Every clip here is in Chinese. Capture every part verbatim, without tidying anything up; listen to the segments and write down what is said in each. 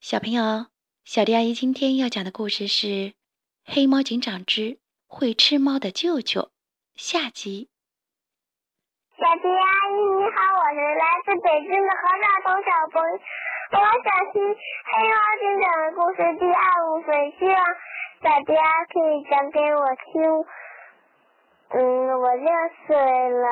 小朋友，小迪阿姨今天要讲的故事是《黑猫警长之会吃猫的舅舅》下集。 小迪阿姨你好，我是来自北京的何少彤小朋友，我想听黑猫警长的故事第二部分，希望小迪阿姨可以讲给我听。嗯，我六岁了。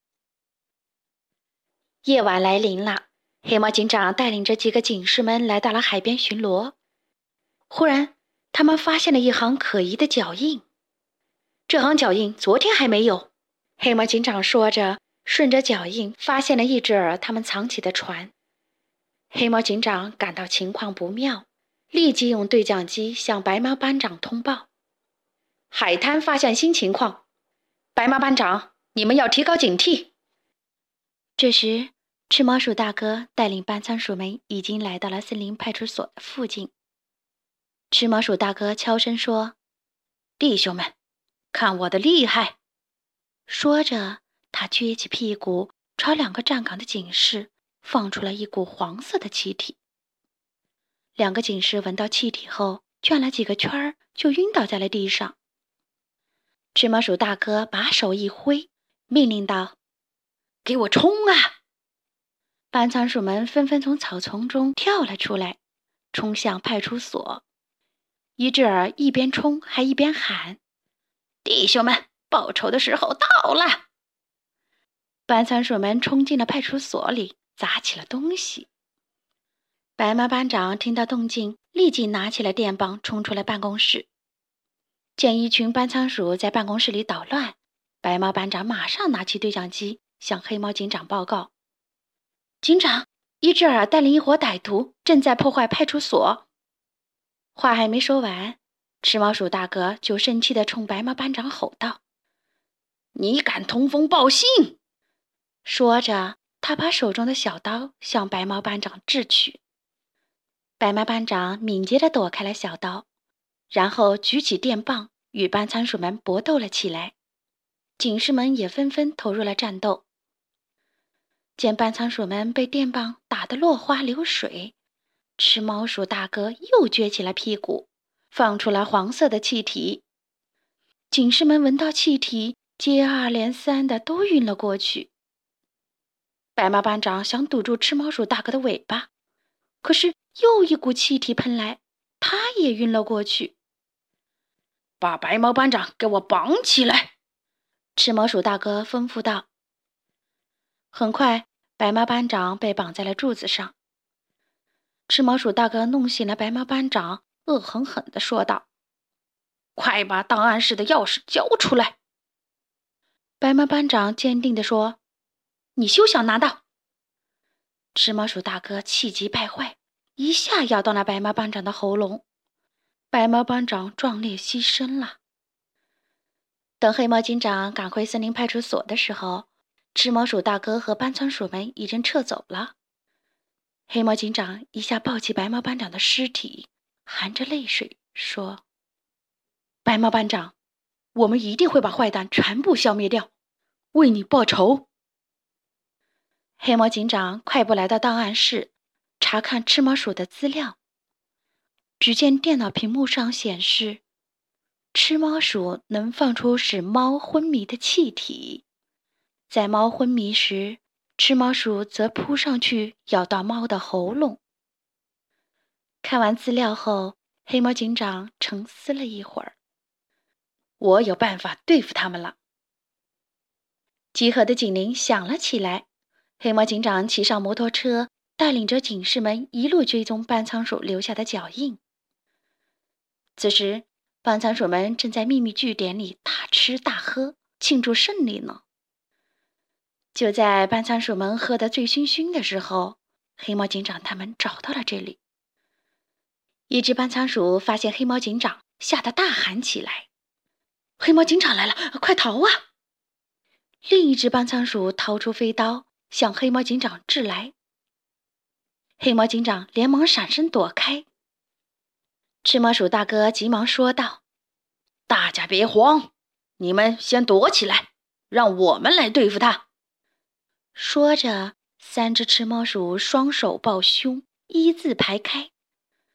夜晚来临了，黑猫警长带领着几个警士们来到了海边巡逻。忽然，他们发现了一行可疑的脚印。这行脚印昨天还没有。黑猫警长说着，顺着脚印发现了一只他们藏起的船。黑猫警长感到情况不妙，立即用对讲机向白猫班长通报：海滩发现新情况，白猫班长，你们要提高警惕。这时，吃猫鼠大哥带领班仓鼠们已经来到了森林派出所的附近。吃猫鼠大哥悄声说：弟兄们，看我的厉害！说着，他撅起屁股朝两个站岗的警士放出了一股黄色的气体。两个警士闻到气体后，转了几个圈儿就晕倒在了地上。吃猫鼠大哥把手一挥，命令道：给我冲啊！班仓鼠们纷纷从草丛中跳了出来，冲向派出所。伊智尔一边冲还一边喊：弟兄们，报仇的时候到了！班仓鼠们冲进了派出所里，砸起了东西。白猫班长听到动静，立即拿起了电棒冲出了办公室。见一群班仓鼠在办公室里捣乱，白猫班长马上拿起对讲机向黑猫警长报告：警长，伊智尔带领一伙歹徒正在破坏派出所。话还没说完，吃猫鼠大哥就生气地冲白猫班长吼道：你敢通风报信！说着，他把手中的小刀向白猫班长掷去。白猫班长敏捷地躲开了小刀，然后举起电棒与班仓鼠们搏斗了起来。警士们也纷纷投入了战斗。见班仓鼠们被电棒打得落花流水，吃猫鼠大哥又撅起了屁股，放出了黄色的气体。警士们闻到气体，接二连三的都晕了过去。白猫班长想堵住吃猫鼠大哥的尾巴，可是又一股气体喷来，他也晕了过去。把白猫班长给我绑起来！吃猫鼠大哥吩咐道。很快，白猫班长被绑在了柱子上。吃猫鼠大哥弄醒了白猫班长，恶狠狠地说道：快把档案室的钥匙交出来！白猫班长坚定地说：你休想拿到！吃猫鼠大哥气急败坏，一下咬到了白猫班长的喉咙。白猫班长壮烈牺牲了。等黑猫警长赶回森林派出所的时候，吃猫鼠大哥和班仓鼠们已经撤走了。黑猫警长一下抱起白猫班长的尸体，含着泪水说：白猫班长，我们一定会把坏蛋全部消灭掉，为你报仇。黑猫警长快步来到档案室，查看吃猫鼠的资料。只见电脑屏幕上显示，吃猫鼠能放出使猫昏迷的气体，在猫昏迷时，吃猫鼠则扑上去咬到猫的喉咙。看完资料后，黑猫警长沉思了一会儿，我有办法对付他们了。集合的警铃响了起来，黑猫警长骑上摩托车，带领着警士们一路追踪班仓鼠留下的脚印。此时，班仓鼠们正在秘密据点里大吃大喝，庆祝胜利呢。就在班仓鼠们喝得醉醺醺的时候，黑猫警长他们找到了这里。一只班仓鼠发现黑猫警长，吓得大喊起来：黑猫警长来了，快逃啊！另一只班仓鼠掏出飞刀向黑猫警长掷来。黑猫警长连忙闪身躲开。吃猫鼠大哥急忙说道：大家别慌，你们先躲起来，让我们来对付他。说着，三只吃猫鼠双手抱胸，一字排开，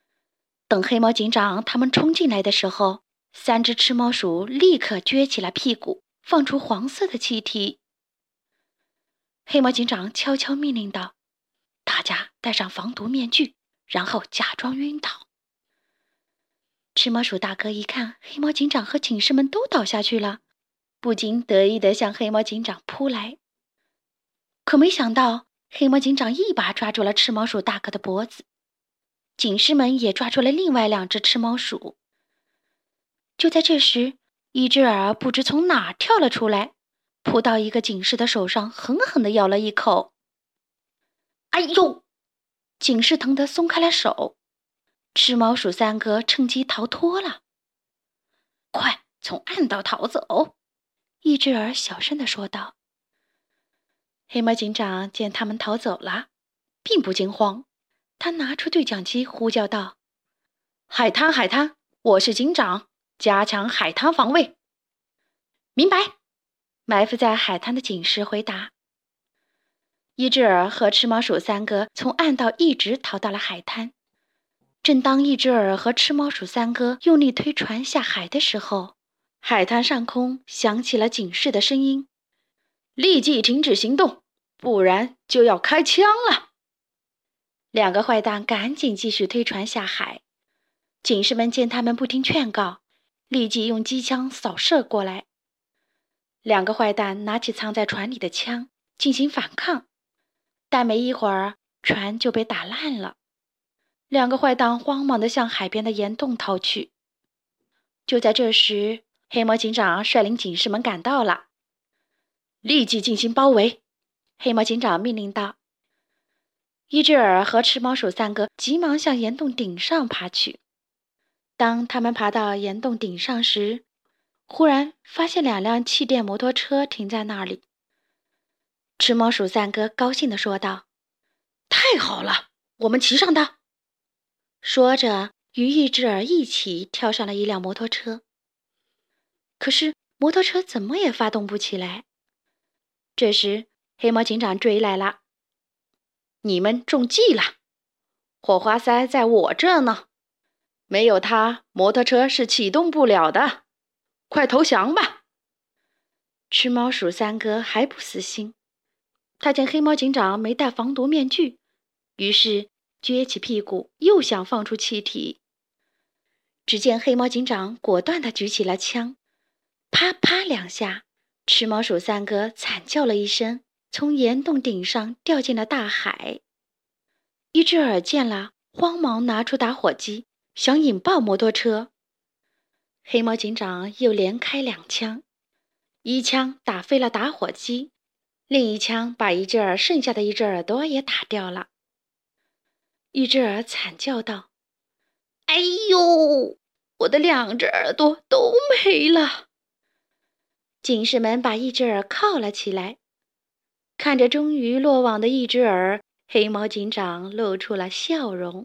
等黑猫警长他们冲进来的时候，三只吃猫鼠立刻撅起了屁股，放出黄色的气体。黑猫警长悄悄命令道：“大家戴上防毒面具，然后假装晕倒。”吃猫鼠大哥一看黑猫警长和警士们都倒下去了，不禁得意地向黑猫警长扑来。可没想到，黑猫警长一把抓住了吃猫鼠大哥的脖子，警士们也抓住了另外两只吃猫鼠。就在这时，一只耳不知从哪跳了出来，扑到一个警士的手上，狠狠地咬了一口。哎呦！警士疼得松开了手。吃猫鼠三哥趁机逃脱了。快从暗道逃走！一只耳小声地说道。黑猫警长见他们逃走了，并不惊慌，他拿出对讲机呼叫道：“海滩，海滩，我是警长，加强海滩防卫。”明白。埋伏在海滩的警士回答。一只耳和吃猫鼠三哥从暗道一直逃到了海滩。正当一只耳和吃猫鼠三哥用力推船下海的时候，海滩上空响起了警示的声音：“立即停止行动，不然就要开枪了！”两个坏蛋赶紧继续推船下海。警士们见他们不听劝告，立即用机枪扫射过来。两个坏蛋拿起藏在船里的枪进行反抗，但没一会儿，船就被打烂了。两个坏蛋慌忙地向海边的岩洞逃去。就在这时，黑猫警长率领警士们赶到了。立即进行包围！黑猫警长命令道。一只耳和吃猫鼠三个急忙向岩洞顶上爬去。当他们爬到岩洞顶上时，忽然发现两辆气垫摩托车停在那里。吃猫鼠三哥高兴地说道：“太好了，我们骑上它！”说着，与一只耳一起跳上了一辆摩托车。可是摩托车怎么也发动不起来。这时，黑猫警长追来了：“你们中计了，火花塞在我这呢，没有它，摩托车是启动不了的，快投降吧！”吃猫鼠三哥还不死心，他见黑猫警长没戴防毒面具，于是撅起屁股又想放出气体。只见黑猫警长果断地举起了枪，啪啪两下，吃猫鼠三哥惨叫了一声，从岩洞顶上掉进了大海。一只耳见了，慌忙拿出打火机，想引爆摩托车。黑猫警长又连开两枪，一枪打飞了打火机，另一枪把一只耳剩下的一只耳朵也打掉了。一只耳惨叫道：“哎呦，我的两只耳朵都没了！”警士们把一只耳铐了起来。看着终于落网的一只耳，黑猫警长露出了笑容。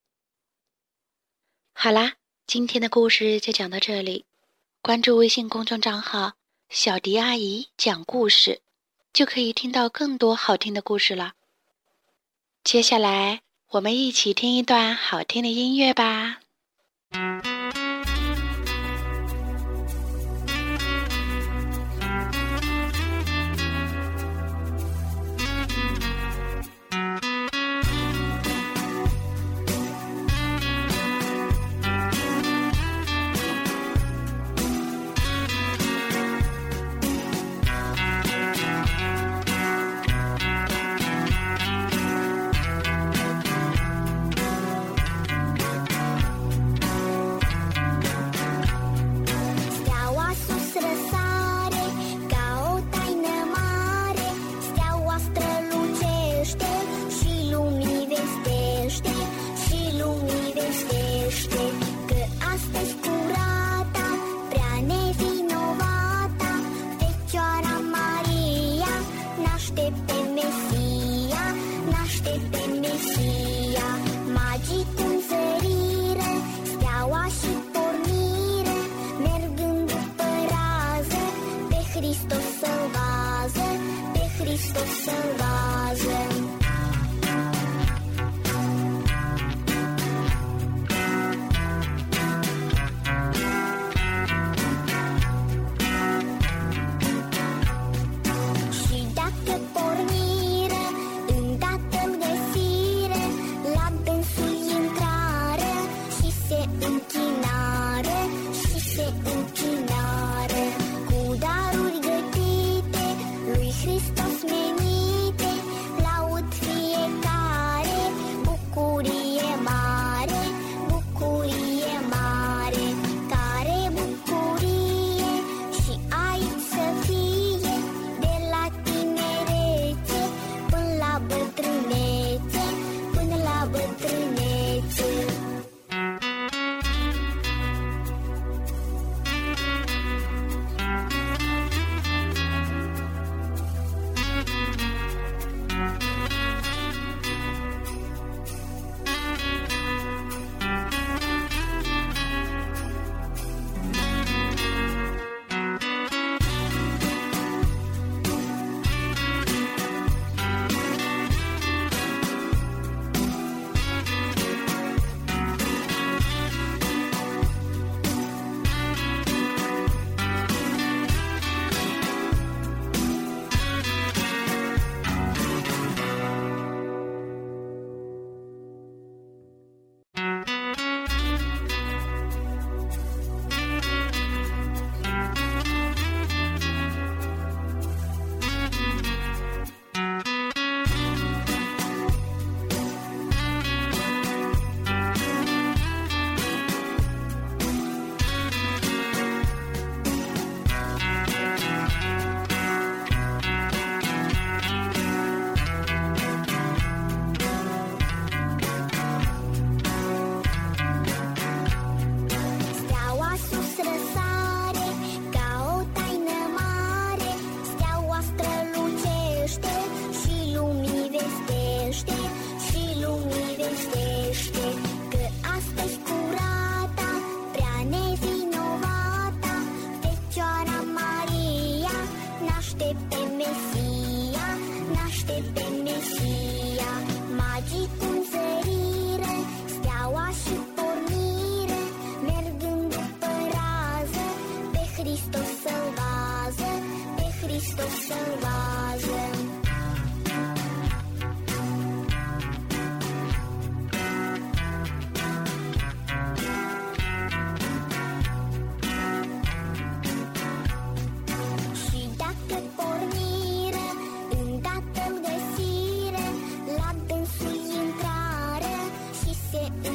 好啦，今天的故事就讲到这里。关注微信公众账号小迪阿姨讲故事，就可以听到更多好听的故事了。接下来我们一起听一段好听的音乐吧。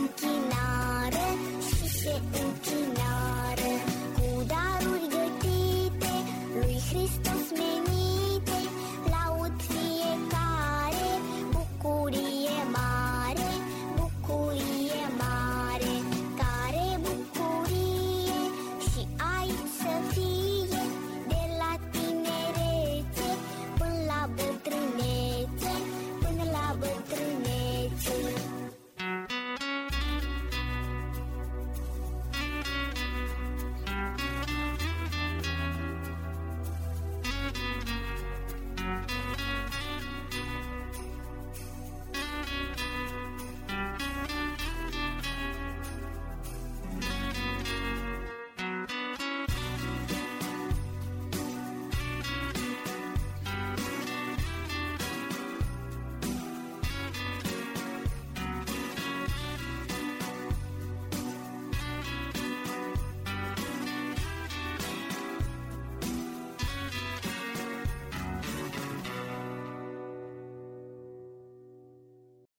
気のある視線